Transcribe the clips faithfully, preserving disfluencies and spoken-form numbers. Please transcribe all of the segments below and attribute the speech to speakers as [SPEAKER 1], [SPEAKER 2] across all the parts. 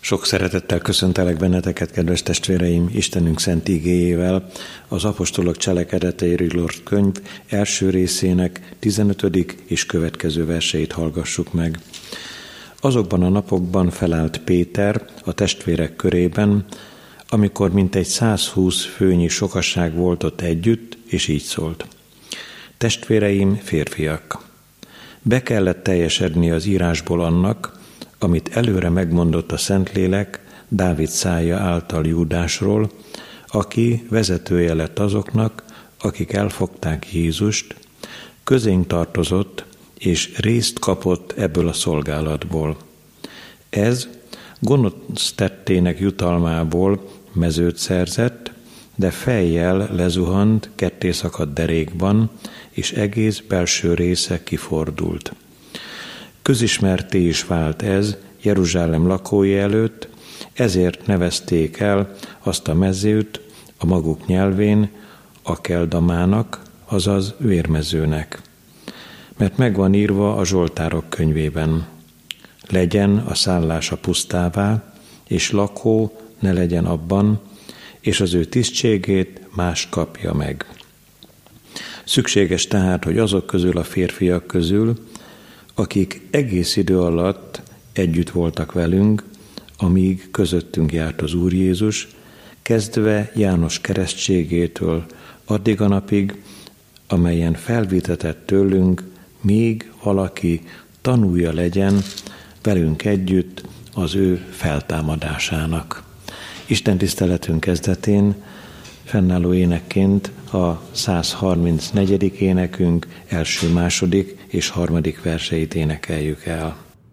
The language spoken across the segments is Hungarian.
[SPEAKER 1] Sok szeretettel köszöntelek benneteket, kedves testvéreim, Istenünk szent igéjével, az apostolok cselekedeteiről írt könyv első részének tizenötödik és következő verseit hallgassuk meg. Azokban a napokban felállt Péter a testvérek körében, amikor mintegy százhúsz főnyi sokaság volt ott együtt, és így szólt. Testvéreim, férfiak, be kellett teljesedni az írásból annak, amit előre megmondott a Szentlélek Dávid szája által Júdásról, aki vezetője lett azoknak, akik elfogták Jézust, közénk tartozott és részt kapott ebből a szolgálatból. Ez gonosz tettének jutalmából mezőt szerzett, de fejjel lezuhant kettészakadt derékban, és egész belső része kifordult. Közismerté is vált ez Jeruzsálem lakói előtt, ezért nevezték el azt a mezőt a maguk nyelvén Akeldamának, azaz vérmezőnek. Mert megvan írva a Zsoltárok könyvében: legyen a szállása pusztává, és lakó ne legyen abban, és az ő tisztségét más kapja meg. Szükséges tehát, hogy azok közül a férfiak közül, akik egész idő alatt együtt voltak velünk, amíg közöttünk járt az Úr Jézus, kezdve János keresztségétől addig a napig, amelyen felvitetett tőlünk, még valaki tanúja legyen velünk együtt az ő feltámadásának. Isten tiszteletünk kezdetén fennálló énekként a száz harmincnegyedik énekünk első, második és harmadik verseit énekeljük el.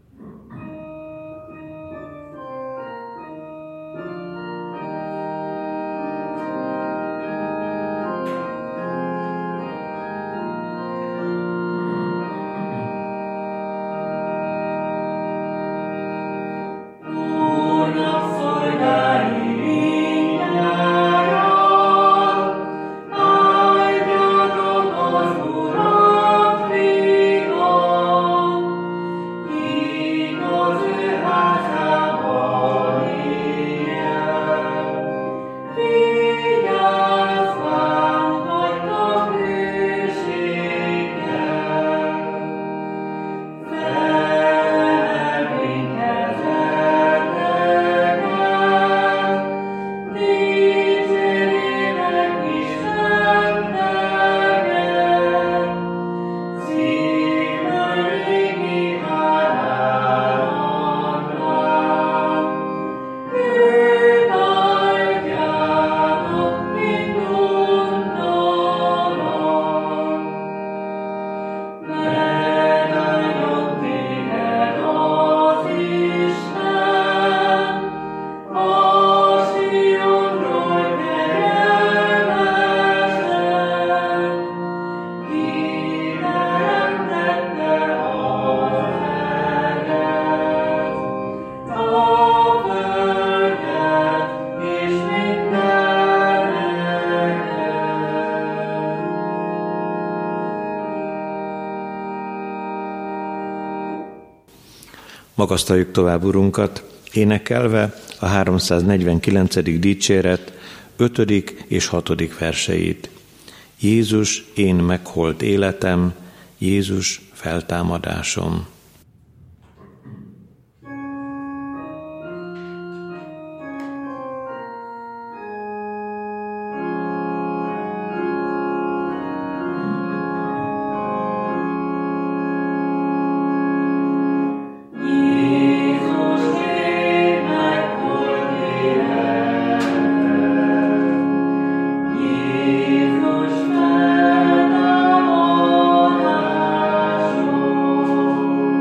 [SPEAKER 1] Magasztaljuk tovább Urunkat, énekelve a háromszáznegyvenkilencedik dicséret ötödik és hatodik verseit. Jézus, én megholt életem, Jézus, feltámadásom.
[SPEAKER 2] Jézus feltámadásom.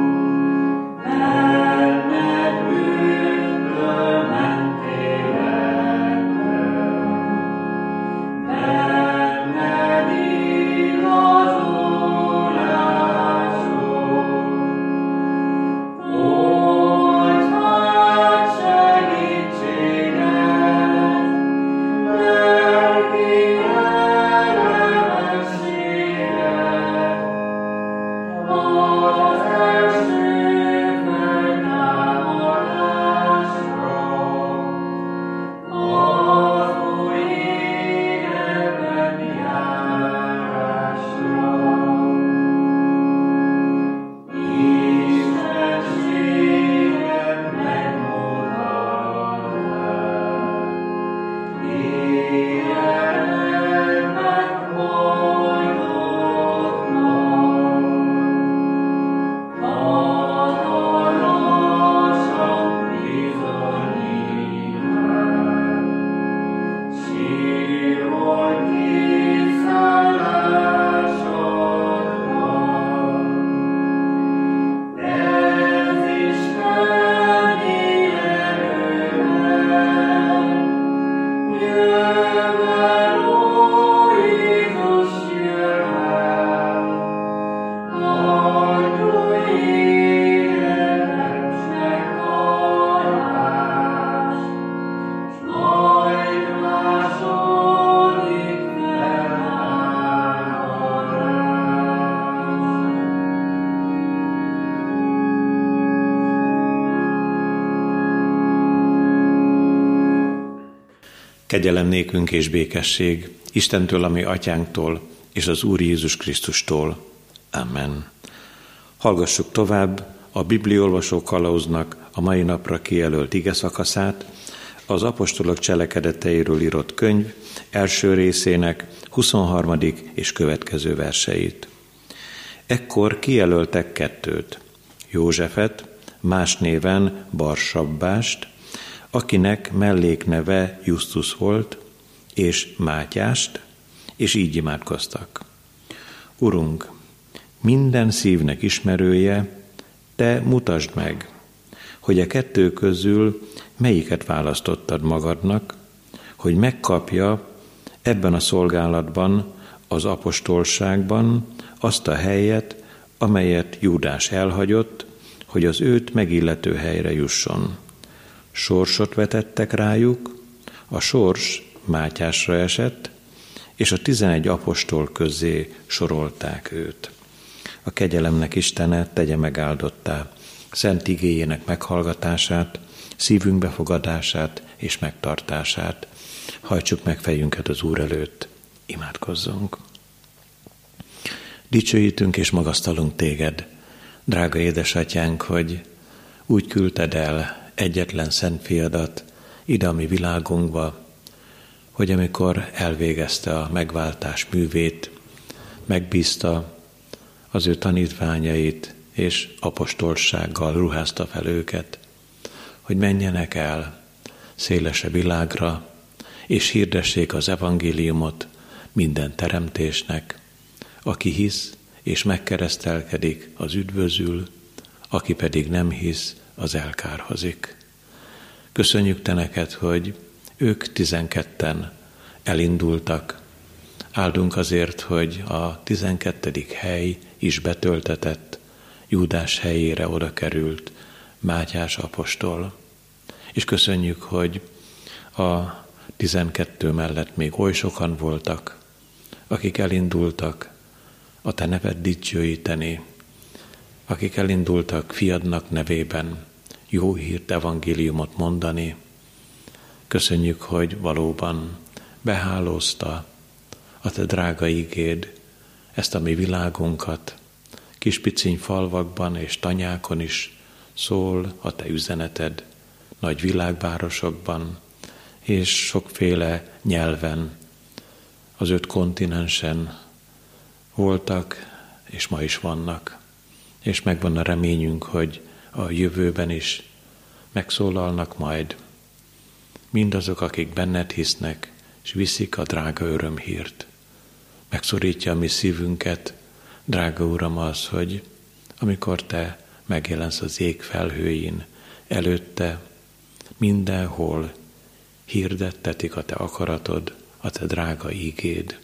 [SPEAKER 1] Kegyelem nékünk és békesség Istentől, ami atyánktól, és az Úr Jézus Krisztustól. Amen. Hallgassuk tovább a bibliaolvasó kalauznak a mai napra kijelölt ige szakaszát, az apostolok cselekedeteiről írott könyv első részének huszonharmadik és következő verseit. Ekkor kijelöltek kettőt, Józsefet, más néven Barsabbást, akinek mellékneve Justus volt, és Mátyást, és így imádkoztak. Urunk, minden szívnek ismerője, te mutasd meg, hogy a kettő közül melyiket választottad magadnak, hogy megkapja ebben a szolgálatban, az apostolságban azt a helyet, amelyet Júdás elhagyott, hogy az őt megillető helyre jusson. Sorsot vetettek rájuk, a sors Mátyásra esett, és a tizenegy apostol közé sorolták őt. A kegyelemnek Istene tegye megáldottá szent igéjének meghallgatását, szívünk befogadását és megtartását. Hajtsuk meg fejünket az Úr előtt, imádkozzunk. Dicsőítünk és magasztalunk téged, drága édesatyánk, hogy úgy küldted el egyetlen szent fiadat ide a mi világunkba, hogy amikor elvégezte a megváltás művét, megbízta az ő tanítványait, és apostolsággal ruházta fel őket, hogy menjenek el szélesebb világra, és hirdessék az evangéliumot minden teremtésnek. Aki hisz és megkeresztelkedik, az üdvözül, aki pedig nem hisz, az elkárhozik. Köszönjük te neked, hogy ők tizenketten elindultak. Áldunk azért, hogy a tizenkettedik hely is betöltetett, Júdás helyére oda került Mátyás apostol. És köszönjük, hogy a tizenkettő mellett még oly sokan voltak, akik elindultak a te neved dicsőíteni, akik elindultak fiadnak nevében jó hírt, evangéliumot mondani. Köszönjük, hogy valóban behálózta a te drága igéd ezt a mi világunkat, kispiciny falvakban és tanyákon is szól a te üzeneted, nagy világvárosokban és sokféle nyelven, az öt kontinensen voltak, és ma is vannak. És megvan a reményünk, hogy a jövőben is megszólalnak majd mindazok, akik benned hisznek, és viszik a drága örömhírt. Megszorítja a mi szívünket, drága Uram, az, hogy amikor te megjelensz az ég felhőin, előtte mindenhol hirdettetik a te akaratod, a te drága ígéd.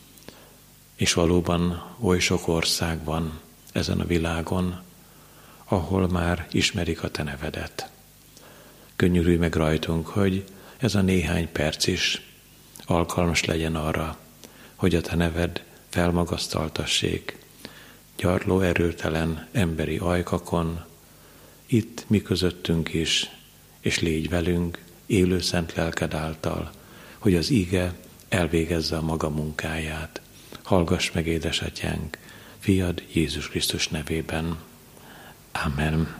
[SPEAKER 1] És valóban oly sok ország van ezen a világon, ahol már ismerik a te nevedet. Könyörülj meg rajtunk, hogy ez a néhány perc is alkalmas legyen arra, hogy a te neved felmagasztaltassék gyarló erőtelen emberi ajkakon, itt mi közöttünk is, és légy velünk élő szent lelked által, hogy az ige elvégezze a maga munkáját. Hallgass meg, édesatyánk, fiad Jézus Krisztus nevében. Amen.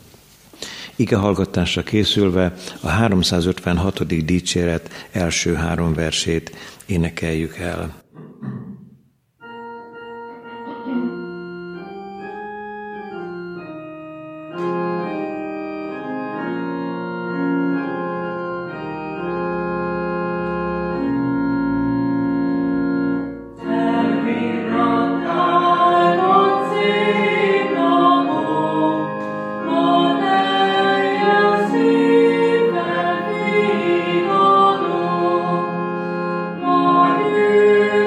[SPEAKER 1] Ige hallgatásra készülve a háromszázötvenhatodik dicséret első három versét énekeljük el.
[SPEAKER 2] Thank you.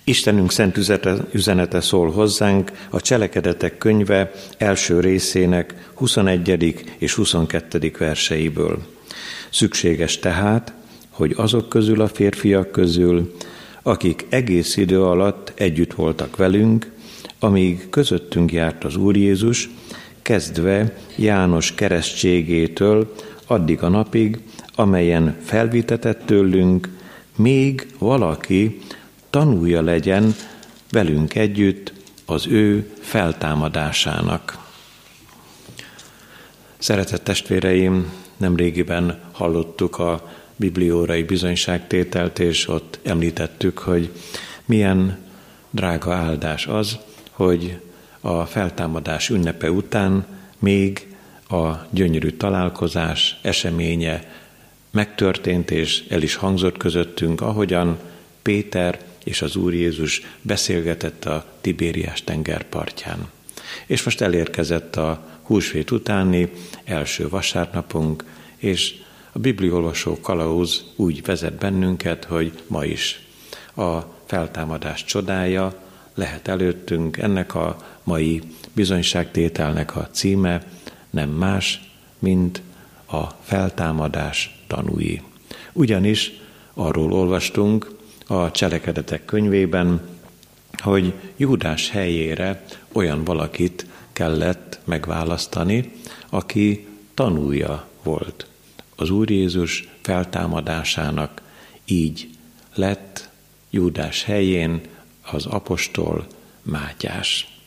[SPEAKER 1] Istenünk szent üzenete szól hozzánk a Cselekedetek könyve első részének huszonegyedik és huszonkettedik verseiből. Szükséges tehát, hogy azok közül a férfiak közül, akik egész idő alatt együtt voltak velünk, amíg közöttünk járt az Úr Jézus, kezdve János keresztségétől addig a napig, amelyen felvitetett tőlünk, még valaki tanúja legyen velünk együtt az ő feltámadásának. Szeretett testvéreim, nemrégiben hallottuk a bibliórai bizonyságtételt, és ott említettük, hogy milyen drága áldás az, hogy a feltámadás ünnepe után még a gyönyörű találkozás eseménye megtörtént, és el is hangzott közöttünk, ahogyan Péter és az Úr Jézus beszélgetett a Tibériás tenger partján. És most elérkezett a húsvét utáni első vasárnapunk, és a bibliolvasó kalauz úgy vezet bennünket, hogy ma is a feltámadás csodája lehet előttünk. Ennek a mai bizonyságtételnek a címe nem más, mint a feltámadás tanúi. Ugyanis arról olvastunk a Cselekedetek könyvében, hogy Júdás helyére olyan valakit kellett megválasztani, aki tanúja volt az Úr Jézus feltámadásának. Így lett Júdás helyén az apostol Mátyás.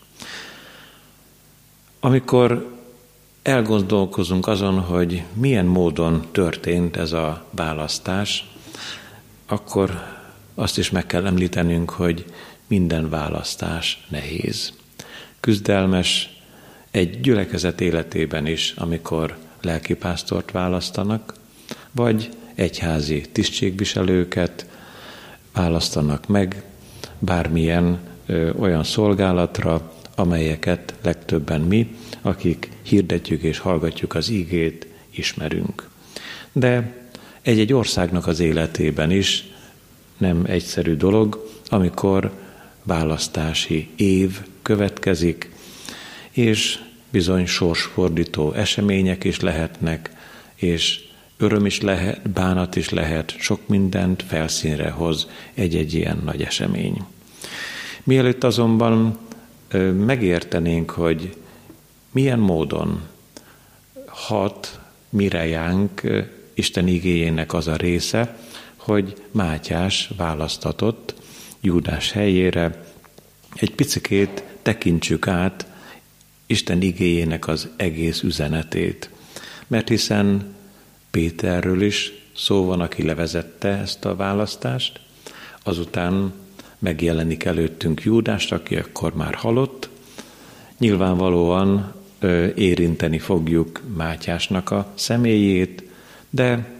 [SPEAKER 1] Amikor elgondolkozunk azon, hogy milyen módon történt ez a választás, akkor azt is meg kell említenünk, hogy minden választás nehéz. Küzdelmes egy gyülekezet életében is, amikor lelkipásztort választanak, vagy egyházi tisztségviselőket választanak meg bármilyen ö, olyan szolgálatra, amelyeket legtöbben mi, akik hirdetjük és hallgatjuk az igét, ismerünk. De egy-egy országnak az életében is nem egyszerű dolog, amikor választási év következik, és bizony sorsfordító események is lehetnek, és öröm is lehet, bánat is lehet, sok mindent felszínre hoz egy-egy ilyen nagy esemény. Mielőtt azonban megértenénk, hogy milyen módon hat Mirejánk Isten igéjének az a része, hogy Mátyás választatott Júdás helyére, egy picikét tekintsük át Isten igéjének az egész üzenetét. Mert hiszen Péterről is szó van, aki levezette ezt a választást, azután megjelenik előttünk Júdást, aki akkor már halott. Nyilvánvalóan ö, érinteni fogjuk Mátyásnak a személyét, de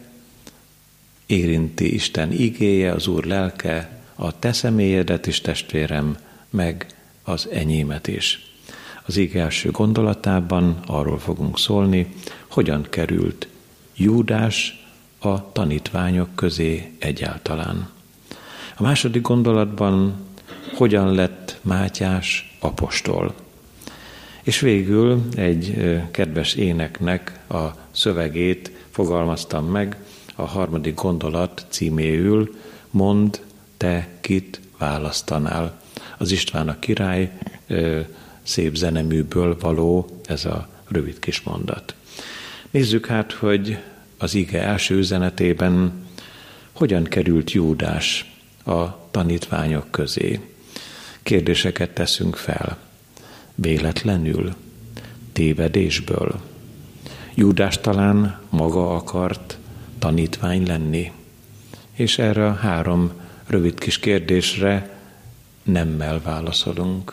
[SPEAKER 1] érinti Isten igéje, az Úr lelke, a te személyedet is, testvérem, meg az enyémet is. Az ige első gondolatában arról fogunk szólni, hogyan került Júdás a tanítványok közé egyáltalán. A második gondolatban hogyan lett Mátyás apostol. És végül egy kedves éneknek a szövegét fogalmaztam meg a harmadik gondolat címéül, mondd, te kit választanál. Az István a király szép zeneműből való ez a rövid kis mondat. Nézzük hát, hogy az ige első üzenetében hogyan került Júdás a tanítványok közé. Kérdéseket teszünk fel. Véletlenül? Tévedésből? Júdás talán maga akart tanítvány lenni? És erre a három rövid kis kérdésre nemmel válaszolunk.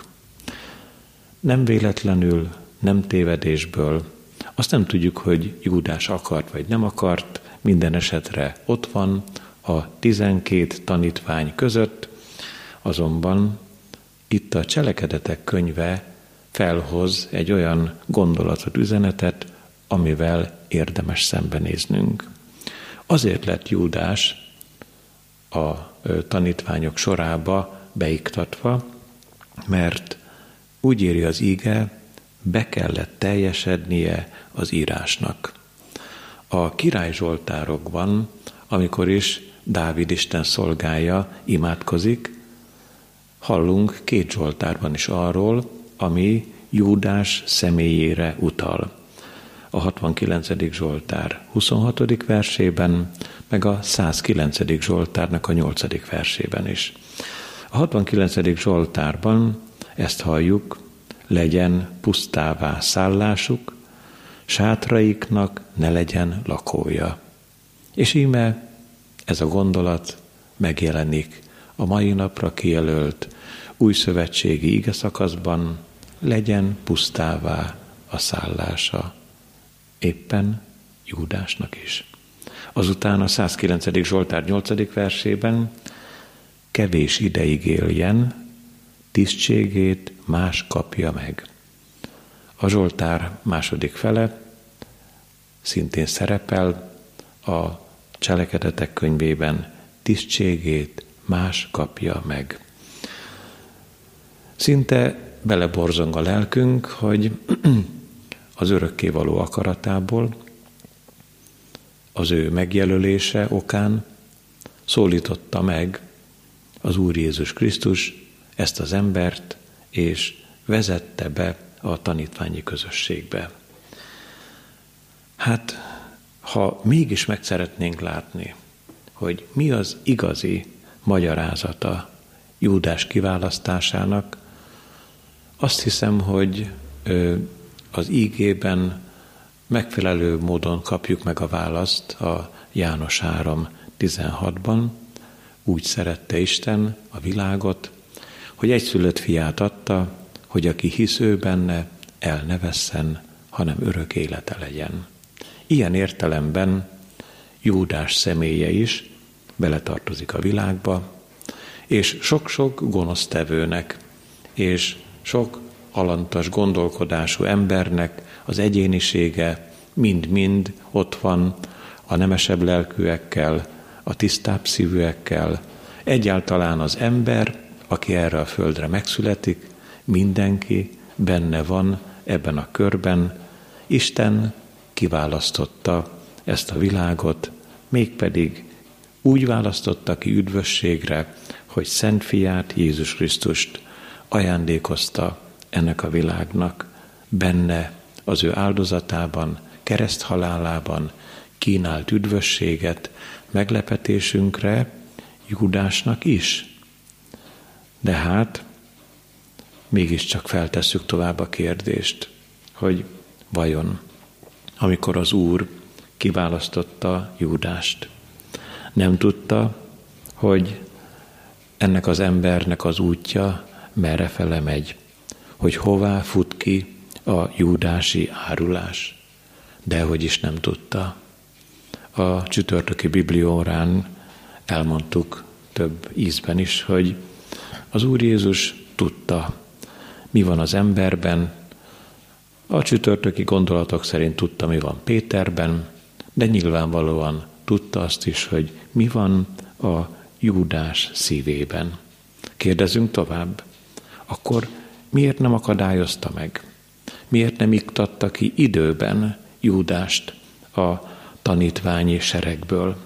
[SPEAKER 1] Nem véletlenül, nem tévedésből. Azt nem tudjuk, hogy Júdás akart vagy nem akart, minden esetre ott van a tizenkét tanítvány között, azonban itt a Cselekedetek könyve felhoz egy olyan gondolatot, üzenetet, amivel érdemes szembenéznünk. Azért lett Júdás a tanítványok sorába beiktatva, mert úgy éri az ige, be kellett teljesednie az írásnak. A Király Zsoltárokban, amikor is Dávid Isten szolgája imádkozik, hallunk két Zsoltárban is arról, ami Júdás személyére utal. A hatvankilencedik Zsoltár huszonhatodik versében, meg a százkilencedik Zsoltárnak a nyolcadik versében is. A hatvankilencedik Zsoltárban ezt halljuk: legyen pusztává szállásuk, sátraiknak ne legyen lakója. És íme ez a gondolat megjelenik a mai napra kijelölt új szövetségi igeszakaszban: legyen pusztává a szállása, éppen Júdásnak is. Azután a százkilencedik Zsoltár nyolcadik versében: kevés ideig éljen, tisztségét más kapja meg. A Zsoltár második fele szintén szerepel a Cselekedetek könyvében: tisztségét más kapja meg. Szinte beleborzong a lelkünk, hogy az örökkévaló akaratából, az ő megjelölése okán szólította meg az Úr Jézus Krisztus ezt az embert, és vezette be a tanítványi közösségbe. Hát, ha mégis meg szeretnénk látni, hogy mi az igazi magyarázata Júdás kiválasztásának, azt hiszem, hogy az ígében megfelelő módon kapjuk meg a választ a János három tizenhatban. Úgy szerette Isten a világot, hogy egyszülött fiát adta, hogy aki hisz ő benne, el ne vesszen, hanem örök élete legyen. Ilyen értelemben Júdás személye is beletartozik a világba, és sok-sok gonosztevőnek, és sok alantas gondolkodású embernek az egyénisége mind-mind ott van a nemesebb lelkűekkel, a tisztább szívűekkel. Egyáltalán az ember, aki erre a földre megszületik, mindenki benne van ebben a körben. Isten kiválasztotta ezt a világot, mégpedig úgy választotta ki üdvösségre, hogy Szent Fiát, Jézus Krisztust ajándékozta ennek a világnak. Benne, az ő áldozatában, kereszthalálában kínált üdvösséget meglepetésünkre Júdásnak is. De hát mégiscsak feltesszük tovább a kérdést, hogy vajon, amikor az Úr kiválasztotta Júdást, nem tudta, hogy ennek az embernek az útja merrefele megy, hogy hová fut ki a júdási árulás. Dehogy is nem tudta. A csütörtöki bibliórán elmondtuk több ízben is, hogy az Úr Jézus tudta, mi van az emberben. A csütörtöki gondolatok szerint tudta, mi van Péterben, de nyilvánvalóan tudta azt is, hogy mi van a Júdás szívében. Kérdezünk tovább. Akkor miért nem akadályozta meg? Miért nem iktatta ki időben Júdást a tanítványi seregből?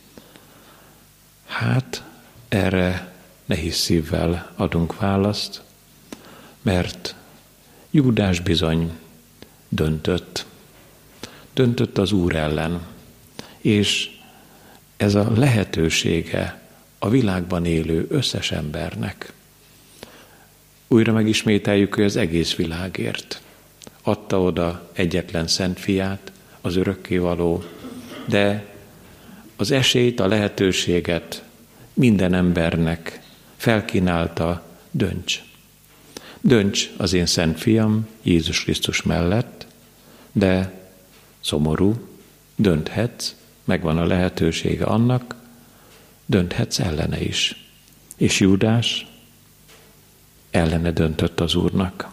[SPEAKER 1] Hát erre nehéz szívvel adunk választ, mert Júdás bizony döntött. Döntött az Úr ellen, és ez a lehetősége a világban élő összes embernek. Újra megismételjük, hogy az egész világért adta oda egyetlen Szent Fiát, az örökkévaló, de az esélyt, a lehetőséget minden embernek felkínálta: dönts. Dönts az én Szent Fiam Jézus Krisztus mellett, de szomorú, dönthetsz, megvan a lehetősége annak, dönthetsz ellene is. És Júdás ellene döntött az Úrnak.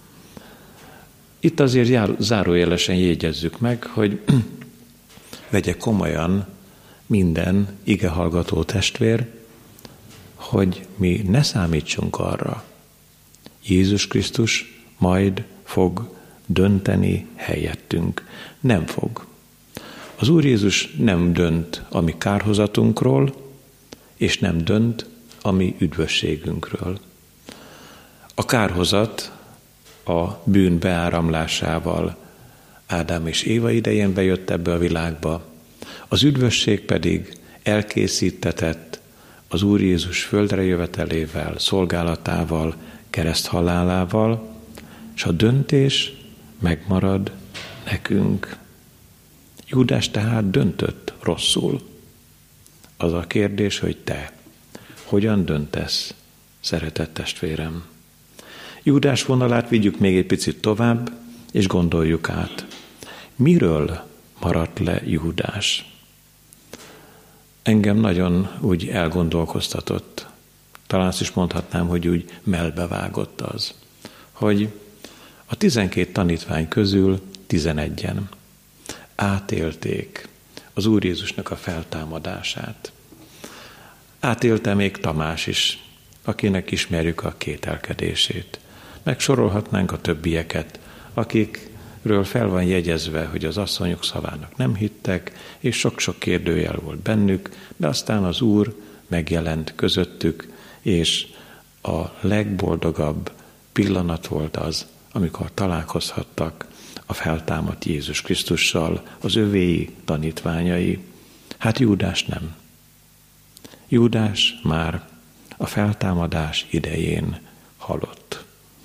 [SPEAKER 1] Itt azért zárójelesen jegyezzük meg, hogy vegye komolyan minden igehallgató testvér, hogy mi ne számítsunk arra. Jézus Krisztus majd fog dönteni helyettünk. Nem fog. Az Úr Jézus nem dönt a mi kárhozatunkról, és nem dönt a mi üdvösségünkről. A kárhozat a bűn beáramlásával Ádám és Éva idején bejött ebbe a világba, az üdvösség pedig elkészítetett az Úr Jézus földre jövetelével, szolgálatával, kereszthalálával, és a döntés megmarad nekünk. Júdás tehát döntött rosszul. Az a kérdés, hogy te hogyan döntesz, szeretett testvérem? Júdás vonalát vigyük még egy picit tovább, és gondoljuk át. Miről maradt le Júdás? Engem nagyon úgy elgondolkoztatott. Talán azt is mondhatnám, hogy úgy melbevágott az, hogy a tizenkét tanítvány közül tizenegyen átélték az Úr Jézusnak a feltámadását. Átélte még Tamás is, akinek ismerjük a kételkedését. Megsorolhatnánk a többieket, akikről fel van jegyezve, hogy az asszonyok szavának nem hittek, és sok-sok kérdőjel volt bennük, de aztán az Úr megjelent közöttük, és a legboldogabb pillanat volt az, amikor találkozhattak a feltámadt Jézus Krisztussal, az övéi tanítványai. Hát Júdás nem. Júdás már a feltámadás idején halott.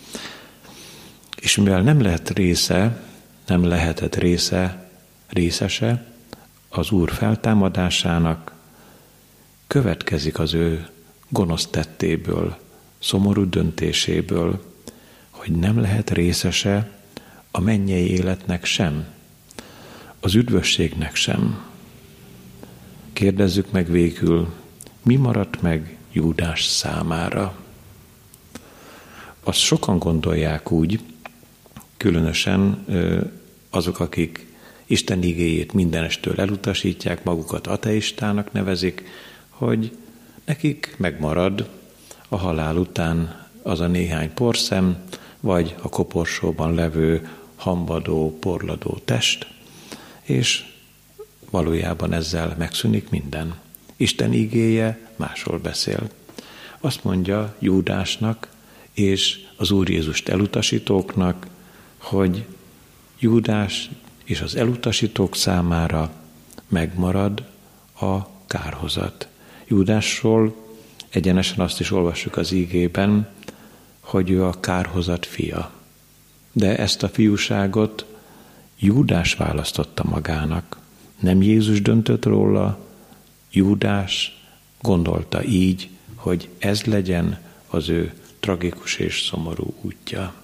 [SPEAKER 1] És mivel nem lehet része, nem lehetett része, részese az Úr feltámadásának, következik az ő gonosz tettéből, szomorú döntéséből, hogy nem lehet részese a mennyei életnek sem, az üdvösségnek sem. Kérdezzük meg végül, mi maradt meg Júdás számára? Azt sokan gondolják úgy, különösen azok, akik Isten igéjét mindenestől elutasítják, magukat ateistának nevezik, hogy nekik megmarad a halál után az a néhány porszem, vagy a koporsóban levő hambadó, porladó test, és valójában ezzel megszűnik minden. Isten igéje másról beszél. Azt mondja Júdásnak és az Úr Jézust elutasítóknak, hogy Júdás és az elutasítók számára megmarad a kárhozat. Júdásról egyenesen azt is olvassuk az ígében, hogy ő a kárhozat fia. De ezt a fiúságot Júdás választotta magának. Nem Jézus döntött róla, Júdás gondolta így, hogy ez legyen az ő tragikus és szomorú útja.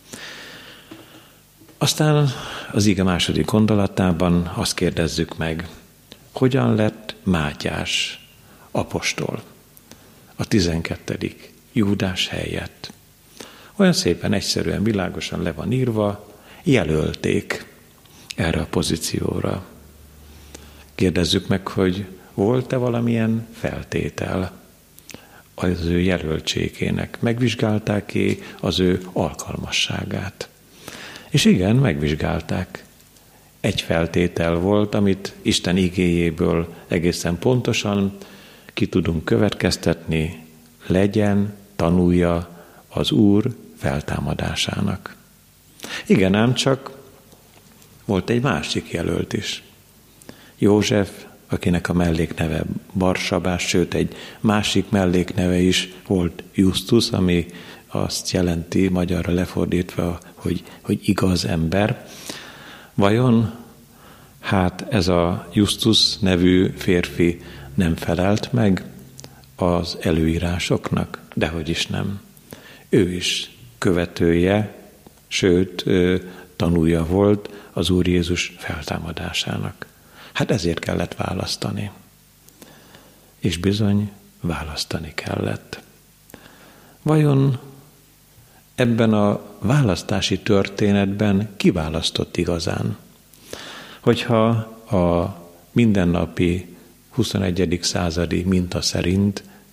[SPEAKER 1] Aztán az ige második gondolatában azt kérdezzük meg, hogyan lett Mátyás apostol a tizenkettedik Júdás helyett. Olyan szépen, egyszerűen, világosan le van írva, jelölték erre a pozícióra. Kérdezzük meg, hogy volt-e valamilyen feltétel az ő jelöltségének? Megvizsgálták-e az ő alkalmasságát? És igen, megvizsgálták. Egy feltétel volt, amit Isten igéjéből egészen pontosan ki tudunk következtetni, legyen tanúja az Úr feltámadásának. Igen, ám csak volt egy másik jelölt is. József, akinek a mellékneve Barsabás, sőt egy másik mellékneve is volt Justus, ami azt jelenti magyarra lefordítva, hogy, hogy igaz ember. Vajon hát ez a Justus nevű férfi nem felelt meg az előírásoknak? Dehogy is nem. Ő is követője, sőt tanúja volt az Úr Jézus feltámadásának. Hát ezért kellett választani. És bizony választani kellett. Vajon ebben a választási történetben kiválasztott igazán? Hogyha a mindennapi huszonegyedik századi minta szerint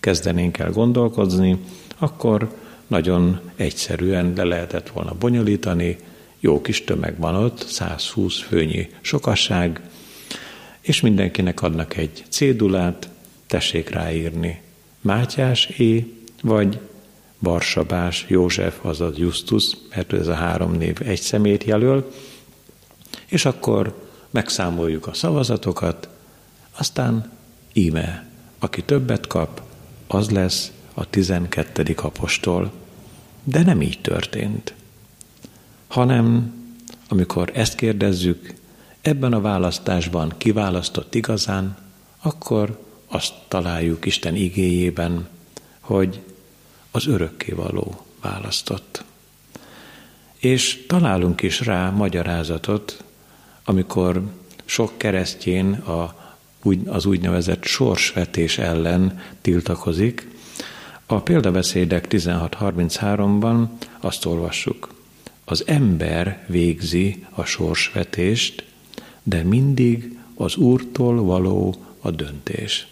[SPEAKER 1] kezdenénk el gondolkozni, akkor nagyon egyszerűen le lehetett volna bonyolítani, jó kis tömeg van ott, száz húsz főnyi sokaság, és mindenkinek adnak egy cédulát, tessék ráírni Mátyás é, vagy Barsabás József, azaz Justus, mert ez a három név egy szemét jelöl, és akkor megszámoljuk a szavazatokat, aztán íme, aki többet kap, az lesz a tizenkettedik apostol. De nem így történt, hanem amikor ezt kérdezzük, ebben a választásban kiválasztott igazán, akkor azt találjuk Isten igéjében, hogy az örökkévaló választott. És találunk is rá magyarázatot, amikor sok keresztjén a, az úgynevezett sorsvetés ellen tiltakozik. A példabeszédek tizenhat harminchárom-ban azt olvassuk: az ember végzi a sorsvetést, de mindig az Úrtól való a döntés.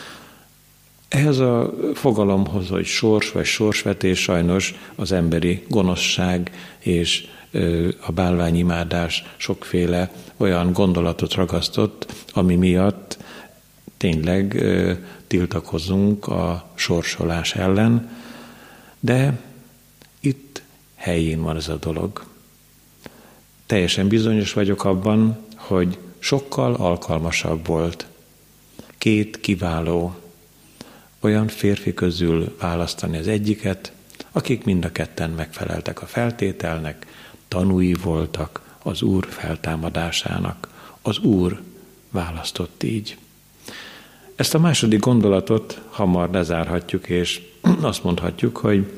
[SPEAKER 1] Ehhez a fogalomhoz, hogy sors vagy sorsvetés, sajnos az emberi gonoszság és a bálványimádás sokféle olyan gondolatot ragasztott, ami miatt tényleg tiltakozunk a sorsolás ellen, de itt helyén van ez a dolog. Teljesen bizonyos vagyok abban, hogy sokkal alkalmasabb volt két kiváló olyan férfi közül választani az egyiket, akik mind a ketten megfeleltek a feltételnek, tanúi voltak az Úr feltámadásának. Az Úr választott így. Ezt a második gondolatot hamar lezárhatjuk, és azt mondhatjuk, hogy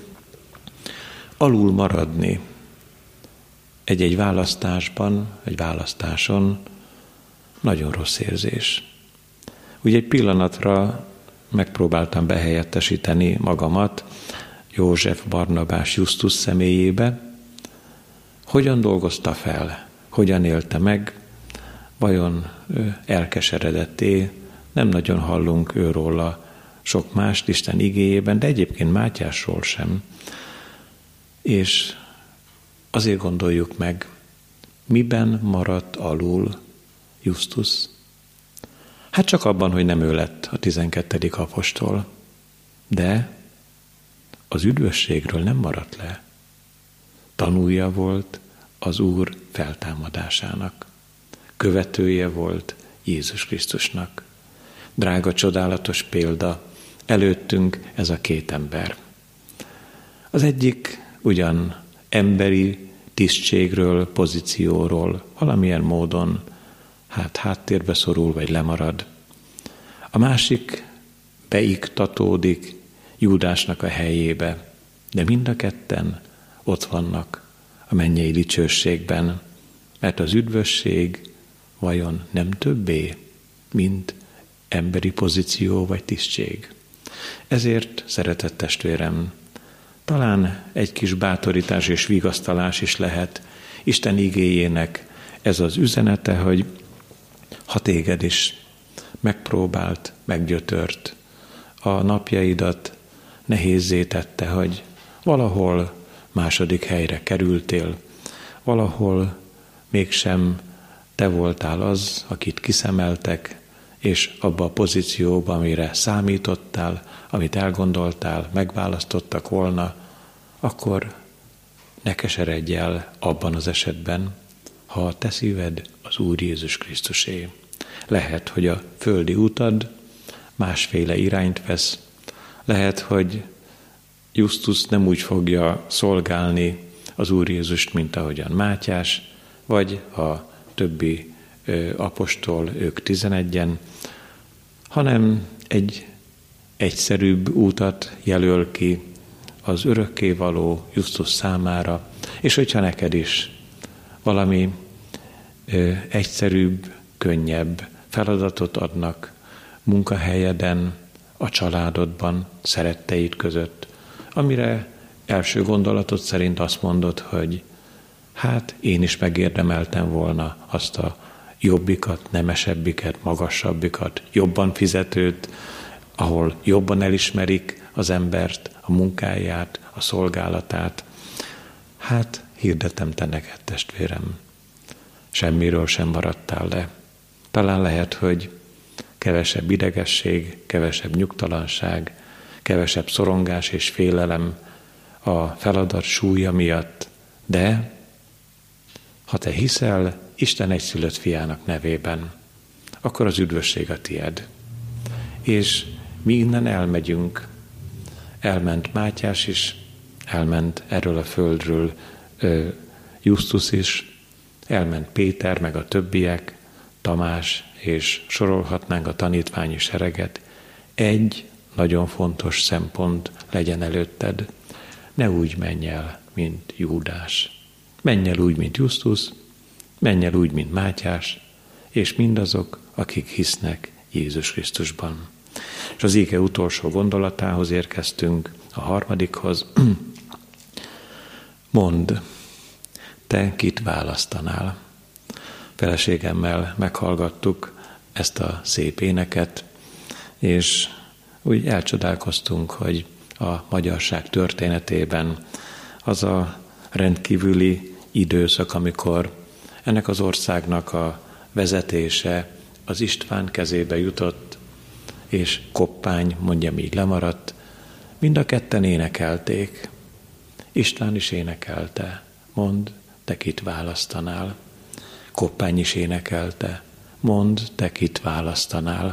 [SPEAKER 1] alul maradni egy-egy választásban, egy választáson nagyon rossz érzés. Ugye egy pillanatra megpróbáltam behelyettesíteni magamat József Barnabás Justus személyébe. Hogyan dolgozta fel, hogyan élte meg, vajon elkeseredetté, nem nagyon hallunk őróla sok mást Isten igéjében, de egyébként Mátyásról sem. És azért gondoljuk meg, miben maradt alul Justus? Hát csak abban, hogy nem ő lett a tizenkettedik apostol. De az üdvösségről nem maradt le. Tanúja volt az Úr feltámadásának. Követője volt Jézus Krisztusnak. Drága, csodálatos példa, előttünk ez a két ember. Az egyik ugyan emberi tisztségről, pozícióról valamilyen módon hát háttérbe szorul, vagy lemarad. A másik beiktatódik Júdásnak a helyébe, de mind a ketten ott vannak a mennyei dicsőségben, mert az üdvösség vajon nem többé, mint emberi pozíció vagy tisztség. Ezért, szeretett testvérem, talán egy kis bátorítás és vigasztalás is lehet Isten igéjének ez az üzenete, hogy ha téged is megpróbált, meggyötört, a napjaidat nehézzé tette, hogy valahol második helyre kerültél, valahol mégsem te voltál az, akit kiszemeltek, és abba a pozícióba, amire számítottál, amit elgondoltál, megválasztottak volna, akkor ne keseredj el abban az esetben, ha a te szíved az Úr Jézus Krisztusé. Lehet, hogy a földi utad másféle irányt vesz, lehet, hogy Justus nem úgy fogja szolgálni az Úr Jézust, mint ahogyan Mátyás, vagy a többi ö, apostol, ők tizenegyen, hanem egy egyszerűbb útat jelöl ki az örökkévaló Justus számára, és hogyha neked is valami ö, egyszerűbb, könnyebb feladatot adnak munkahelyeden, a családodban, szeretteid között, amire első gondolatot szerint azt mondod, hogy hát én is megérdemeltem volna azt a jobbikat, nemesebbiket, magasabbikat, jobban fizetőt, ahol jobban elismerik az embert, a munkáját, a szolgálatát. Hát hirdetem te neked, testvérem, semmiről sem maradtál le. Talán lehet, hogy kevesebb idegesség, kevesebb nyugtalanság, kevesebb szorongás és félelem a feladat súlya miatt, de ha te hiszel Isten egyszülött fiának nevében, akkor az üdvösség a tied. És mi innen elmegyünk. Elment Mátyás is, elment erről a földről Justus is, elment Péter, meg a többiek, Tamás, és sorolhatnánk a tanítványi sereget. Egy nagyon fontos szempont legyen előtted. Ne úgy menj el, mint Júdás. Menj el úgy, mint Justus, menj el úgy, mint Mátyás, és mindazok, akik hisznek Jézus Krisztusban. És az íge utolsó gondolatához érkeztünk, a harmadikhoz. Mondd, te kit választanál? Feleségemmel meghallgattuk ezt a szép éneket, és úgy elcsodálkoztunk, hogy a magyarság történetében az a rendkívüli időszak, amikor ennek az országnak a vezetése az István kezébe jutott, és Koppány, mondjam így, lemaradt, mind a ketten énekelték. István is énekelte, mondd, te kit választanál. Koppány is énekelte, mondd, te kit választanál.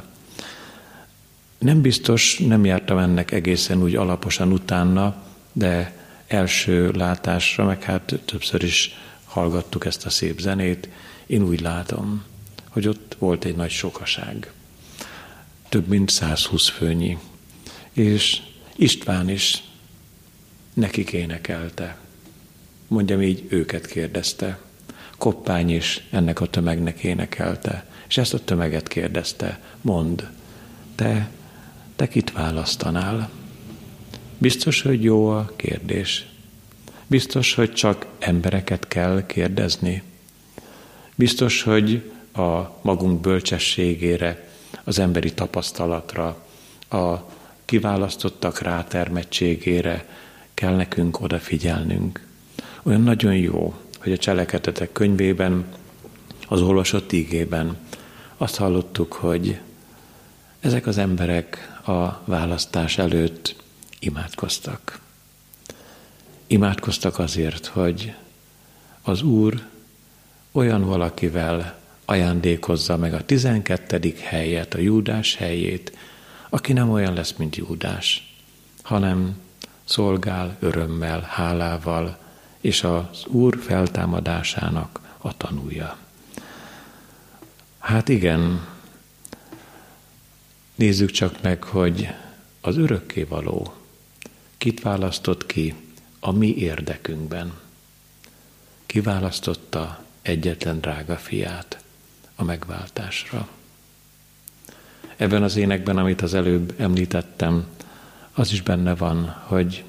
[SPEAKER 1] Nem biztos, nem jártam ennek egészen úgy alaposan utána, de első látásra, meg hát többször is hallgattuk ezt a szép zenét, én úgy látom, hogy ott volt egy nagy sokaság. Több mint százhúsz főnyi. És István is nekik énekelte. Mondjam így, őket kérdezte. Koppány is ennek a tömegnek énekelte. És ezt a tömeget kérdezte. Mondd, te, te kit választanál? Biztos, hogy jó a kérdés. Biztos, hogy csak embereket kell kérdezni. Biztos, hogy a magunk bölcsességére, az emberi tapasztalatra, a kiválasztottak rátermettségére kell nekünk odafigyelnünk. Olyan nagyon jó, hogy a Cselekedetek könyvében, az olvasott ígében azt hallottuk, hogy ezek az emberek a választás előtt imádkoztak. Imádkoztak azért, hogy az Úr olyan valakivel ajándékozza meg a tizenkettedik helyet, a Júdás helyét, aki nem olyan lesz, mint Júdás, hanem szolgál örömmel, hálával, és az Úr feltámadásának a tanúja. Hát igen, nézzük csak meg, hogy az örökkévaló kit választott ki a mi érdekünkben. Kiválasztotta egyetlen drága fiát a megváltásra. Ebben az énekben, amit az előbb említettem, az is benne van, hogy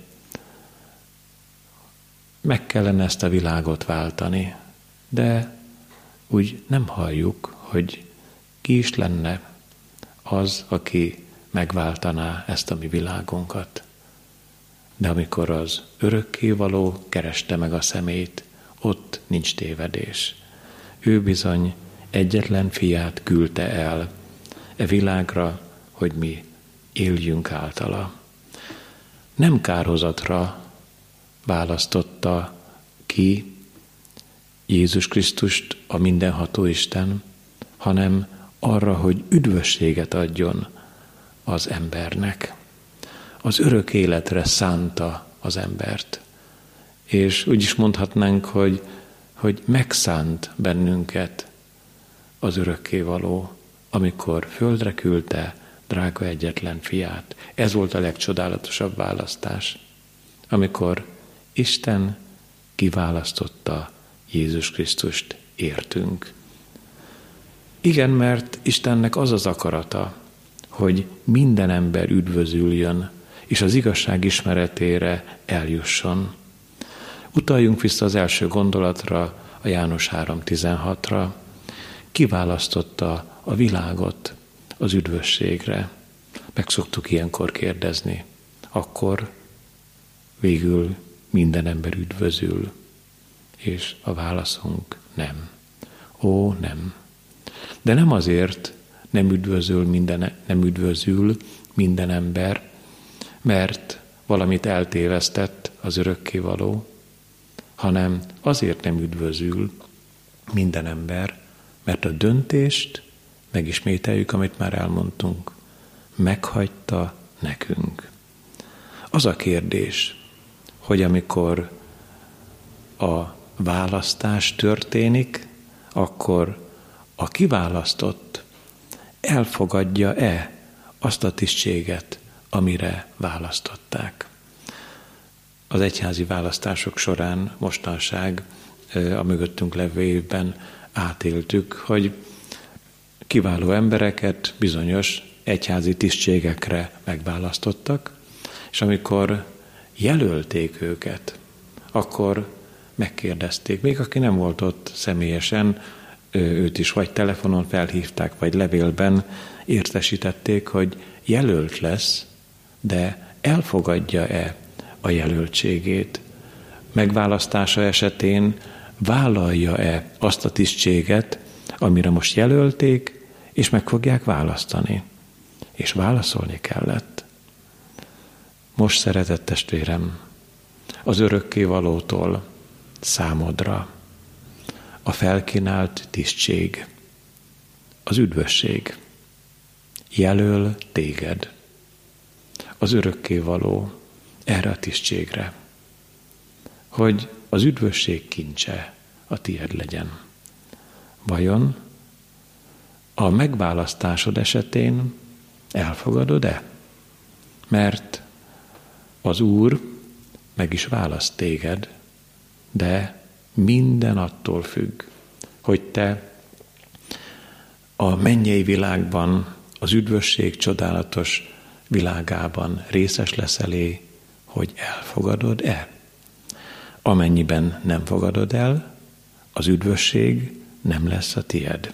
[SPEAKER 1] meg kellene ezt a világot váltani, de úgy nem halljuk, hogy ki is lenne az, aki megváltaná ezt a mi világunkat. De amikor az örökkévaló kereste meg a szemét, ott nincs tévedés. Ő bizony egyetlen fiát küldte el e világra, hogy mi éljünk általa. Nem kárhozatra választotta ki Jézus Krisztust, a mindenható Isten, hanem arra, hogy üdvösséget adjon az embernek. Az örök életre szánta az embert. És úgy is mondhatnánk, hogy, hogy megszánt bennünket az örökkévaló, amikor földre küldte drága egyetlen fiát. Ez volt a legcsodálatosabb választás, amikor Isten kiválasztotta Jézus Krisztust értünk. Igen, mert Istennek az az akarata, hogy minden ember üdvözüljön, és az igazság ismeretére eljusson. Utaljunk vissza az első gondolatra, a János három tizenhatra. Kiválasztotta a világot az üdvösségre. Meg szoktuk ilyenkor kérdezni. Akkor végül minden ember üdvözül, és a válaszunk nem. Ó, nem. De nem azért nem üdvözül minden, nem üdvözül minden ember, mert valamit eltévesztett az örökkévaló, hanem azért nem üdvözül minden ember, mert a döntést, megismételjük, amit már elmondtunk, meghagyta nekünk. Az a kérdés, hogy amikor a választás történik, akkor a kiválasztott elfogadja-e azt a tisztséget, amire választották. Az egyházi választások során mostanság a mögöttünk levő évben átéltük, hogy kiváló embereket bizonyos egyházi tisztségekre megválasztottak, és amikor jelölték őket, akkor megkérdezték, még aki nem volt ott személyesen, őt is vagy telefonon felhívták, vagy levélben értesítették, hogy jelölt lesz, de elfogadja-e a jelöltségét? Megválasztása esetén vállalja-e azt a tisztséget, amire most jelölték, és meg fogják választani? És válaszolni kellett. Most, szeretett testvérem, az örökkévalótól számodra a felkínált tisztség, az üdvösség jelöl téged, az örökkévaló erre a tisztségre, hogy az üdvösség kincse a tied legyen. Vajon a megválasztásod esetén elfogadod-e? Mert az Úr meg is választ téged, de minden attól függ, hogy te a mennyei világban, az üdvösség csodálatos világában részes leszel-e, hogy elfogadod-e? Amennyiben nem fogadod el, az üdvösség nem lesz a tied.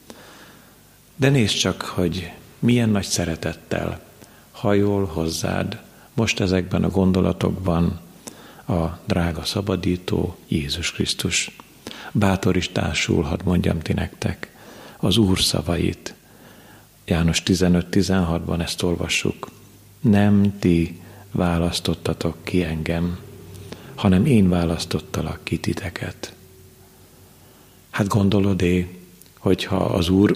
[SPEAKER 1] De nézd csak, hogy milyen nagy szeretettel hajol hozzád most ezekben a gondolatokban a drága szabadító Jézus Krisztus. Bátorításul, hadd mondjam ti nektek, az Úr szavait. János tizenöt tizenhatban ezt olvassuk. Nem ti választottatok ki engem, hanem én választottalak ki titeket. Hát gondolod-é, hogyha az Úr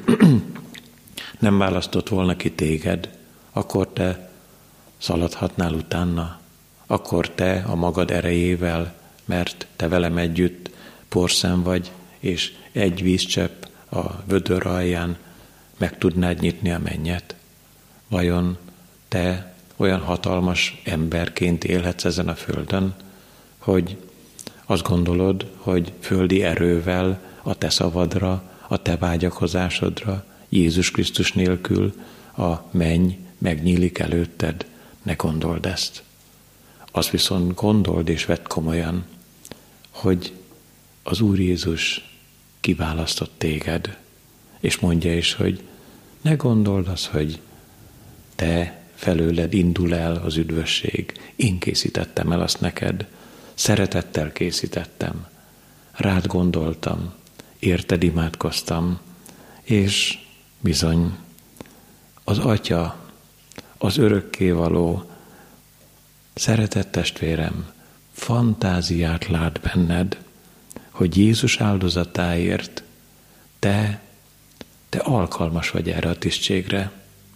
[SPEAKER 1] nem választott volna ki téged, akkor te szaladhatnál utána, akkor te a magad erejével, mert te velem együtt porszem vagy, és egy vízcsepp a vödör alján meg tudnád nyitni a mennyet. Vajon te olyan hatalmas emberként élhetsz ezen a földön, hogy azt gondolod, hogy földi erővel a te szavadra, a te vágyakozásodra, Jézus Krisztus nélkül a menny megnyílik előtted? Ne gondold ezt. Azt viszont gondold és vedd komolyan, hogy az Úr Jézus kiválasztott téged, és mondja is, hogy ne gondold azt, hogy te felőled indul el az üdvösség. Én készítettem el azt neked, szeretettel készítettem, rád gondoltam, érted imádkoztam, és bizony az Atya, az örökkévaló, szeretett testvérem, fantáziát lát benned, hogy Jézus áldozatáért te, te alkalmas vagy erre a tisztségre.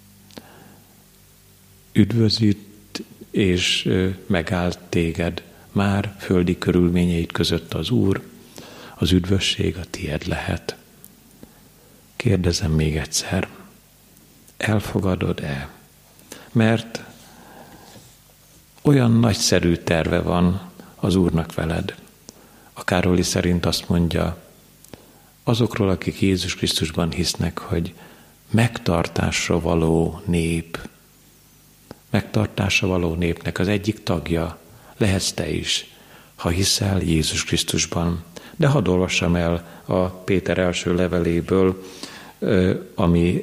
[SPEAKER 1] Üdvözít és megállt téged már földi körülményeit között az Úr, az üdvösség a tied lehet. Kérdezem még egyszer, elfogadod-e? Mert olyan nagyszerű terve van az Úrnak veled. A Károli szerint azt mondja, azokról, akik Jézus Krisztusban hisznek, hogy megtartásra való nép, megtartásra való népnek az egyik tagja lehetsz te is, ha hiszel Jézus Krisztusban. De hadd olvassam el a Péter első leveléből, ami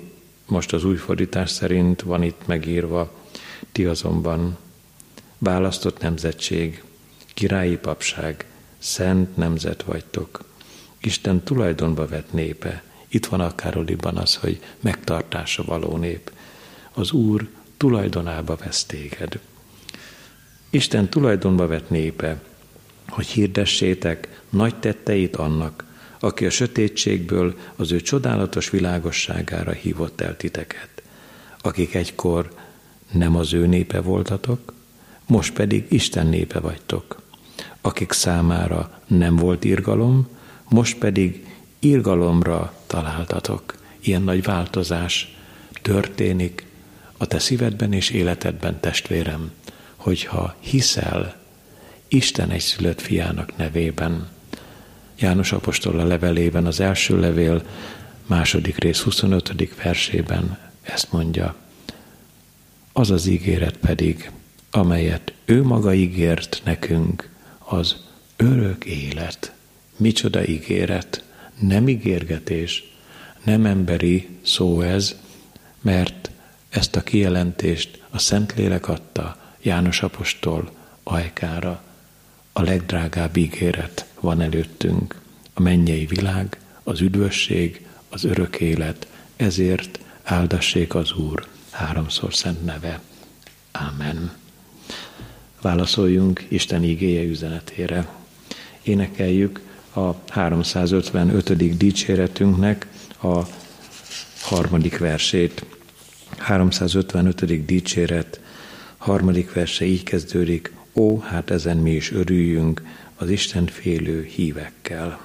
[SPEAKER 1] most az új fordítás szerint van itt megírva: ti azonban választott nemzetség, királyi papság, szent nemzet vagytok, Isten tulajdonba vett népe. Itt van a Károliban az, hogy megtartásra való nép. Az Úr tulajdonába vesz téged. Isten tulajdonba vett népe, hogy hirdessétek nagy tetteit annak, aki a sötétségből az ő csodálatos világosságára hívott el titeket, akik egykor nem az ő népe voltatok, most pedig Isten népe vagytok, akik számára nem volt irgalom, most pedig irgalomra találtatok. Ilyen nagy változás történik a te szívedben és életedben, testvérem, hogyha hiszel Isten egyszülött fiának nevében. János apostol a levelében, az első levél második rész huszonötödik versében ezt mondja: az az ígéret pedig, amelyet ő maga ígért nekünk, az örök élet. Micsoda ígéret, nem ígérgetés, nem emberi szó ez, mert ezt a kijelentést a Szentlélek adta János apostol ajkára. A legdrágább ígéret van előttünk, a mennyei világ, az üdvösség, az örök élet, ezért áldassék az Úr háromszor szent neve. Ámen. Válaszoljunk Isten igéje üzenetére. Énekeljük a háromszázötvenötödik dicséretünknek a harmadik versét. háromszázötvenötödik dicséret harmadik verse így kezdődik: ó, hát ezen mi is örüljünk az Isten félő hívekkel.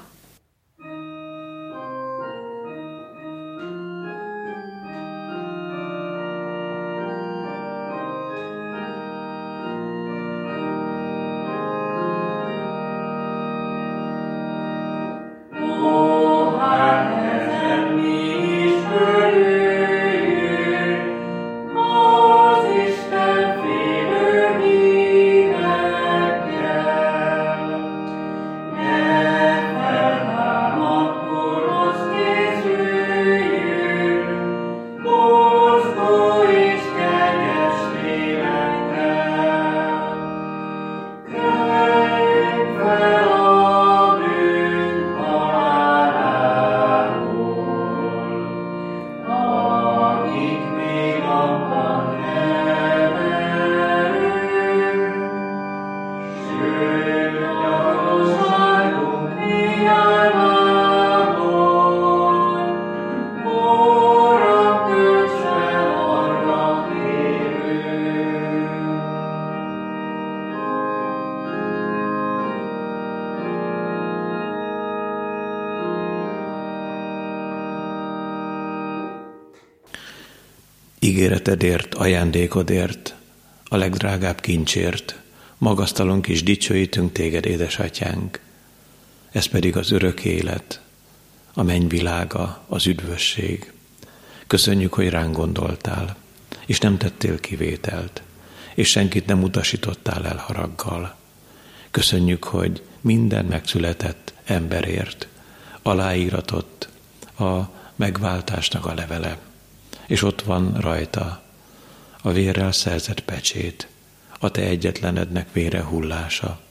[SPEAKER 1] Ígéretedért, ajándékodért, a legdrágább kincsért magasztalunk és dicsőítünk téged, édesatyánk. Ez pedig az örök élet, a mennyvilága, az üdvösség. Köszönjük, hogy ránk gondoltál, és nem tettél kivételt, és senkit nem utasítottál el haraggal. Köszönjük, hogy minden megszületett emberért aláíratott a megváltásnak a levele, és ott van rajta a vérrel szerzett pecsét, a te egyetlenednek vére hullása,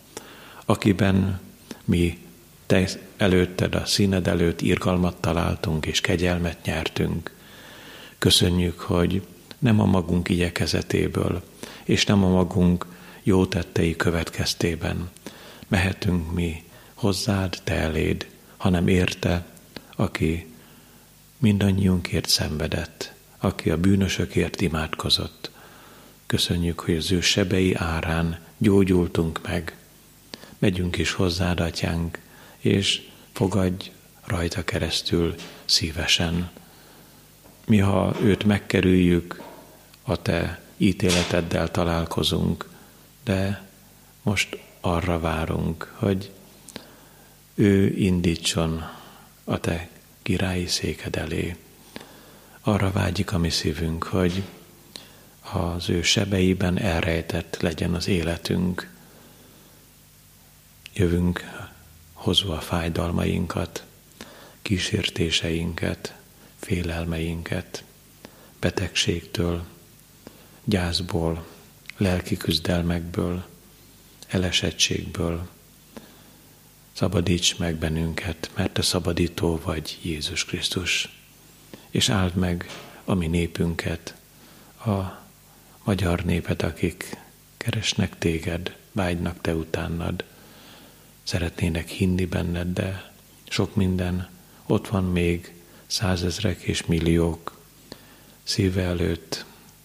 [SPEAKER 1] akiben mi te előtted, a színed előtt irgalmat találtunk és kegyelmet nyertünk. Köszönjük, hogy nem a magunk igyekezetéből, és nem a magunk jó tettei következtében mehetünk mi hozzád, te eléd, hanem érte, aki mindannyiunkért szenvedett, aki a bűnösökért imádkozott. Köszönjük, hogy az ő sebei árán gyógyultunk meg. Megyünk is hozzád, atyánk, és fogadj rajta keresztül szívesen. Mi, ha őt megkerüljük, a te ítéleteddel találkozunk, de most arra várunk, hogy ő indítson a te királyi széked elé. Arra vágyik a mi szívünk, hogy az ő sebeiben elrejtett legyen az életünk. Jövünk hozva a fájdalmainkat, kísértéseinket, félelmeinket. betegségtől, gyászból, lelki küzdelmekből, elesettségből. Szabadíts meg bennünket, mert Te szabadító vagy, Jézus Krisztus. És áld meg a mi népünket, a magyar népet, akik keresnek Téged, vágynak Te utánad, szeretnének hinni benned, de sok minden ott van még, százezrek és milliók szíve előtt,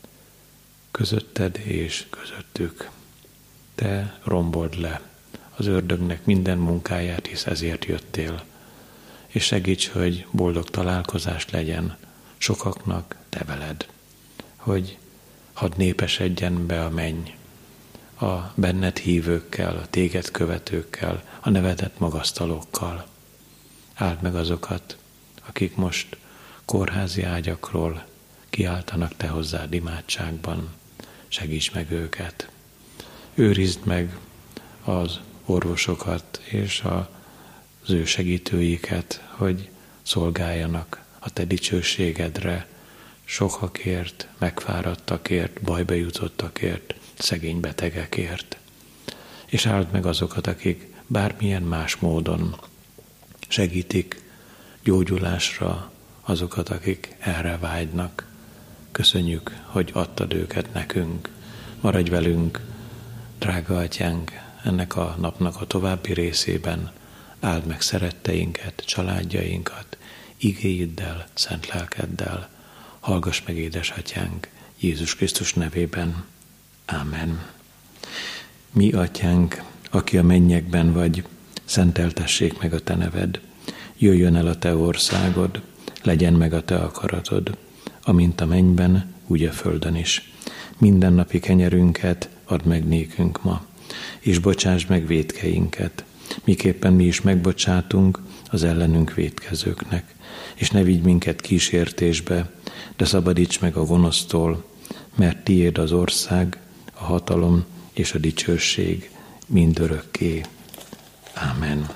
[SPEAKER 1] közötted és közöttük. Te rombold le az ördögnek minden munkáját, hisz ezért jöttél. És segíts, hogy boldog találkozás legyen sokaknak Te veled, hogy hadd népesedjen be a menny a benned hívőkkel, a Téged követőkkel, a nevedet magasztalókkal. Áld meg azokat, akik most kórházi ágyakról kiáltanak Te hozzád imádságban. Segíts meg őket. Őrizd meg az orvosokat és az ő segítőiket, hogy szolgáljanak a Te dicsőségedre, sokakért, megfáradtakért, bajba jutottakért, szegény betegekért. És áld meg azokat, akik bármilyen más módon segítik gyógyulásra azokat, akik erre vágynak. Köszönjük, hogy adtad őket nekünk. Maradj velünk, drága Atyánk, ennek a napnak a további részében. Áld meg szeretteinket, családjainkat, igéiddel, szent lelkeddel. Hallgass meg, édesatyánk, Jézus Krisztus nevében. Ámen. Mi, Atyánk, aki a mennyekben vagy, szenteltessék meg a Te neved. Jöjjön el a Te országod, legyen meg a Te akaratod, amint a mennyben, úgy a földön is. Mindennapi kenyerünket add meg nékünk ma, és bocsásd meg vétkeinket, miképpen mi is megbocsátunk az ellenünk vétkezőknek. És ne vigy minket kísértésbe, de szabadíts meg a gonosztól, mert Tiéd az ország, a hatalom és a dicsőség mindörökké. Ámen.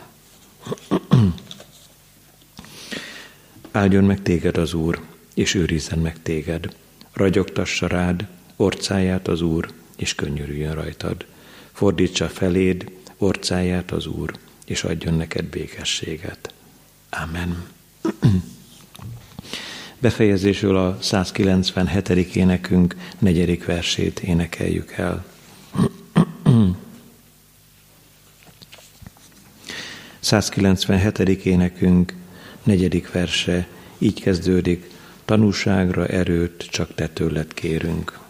[SPEAKER 1] Áldjon meg téged az Úr, és őrizzen meg téged. Ragyogtassa rád orcáját az Úr, és könyörüljön rajtad. Fordítsa feléd orcáját az Úr, és adjon neked békességet. Ámen. Befejezésül a százkilencvenhetedik énekünk negyedik versét énekeljük el. százkilencvenhetedik énekünk negyedik verse így kezdődik: tanúságra erőt csak Te tőled kérünk.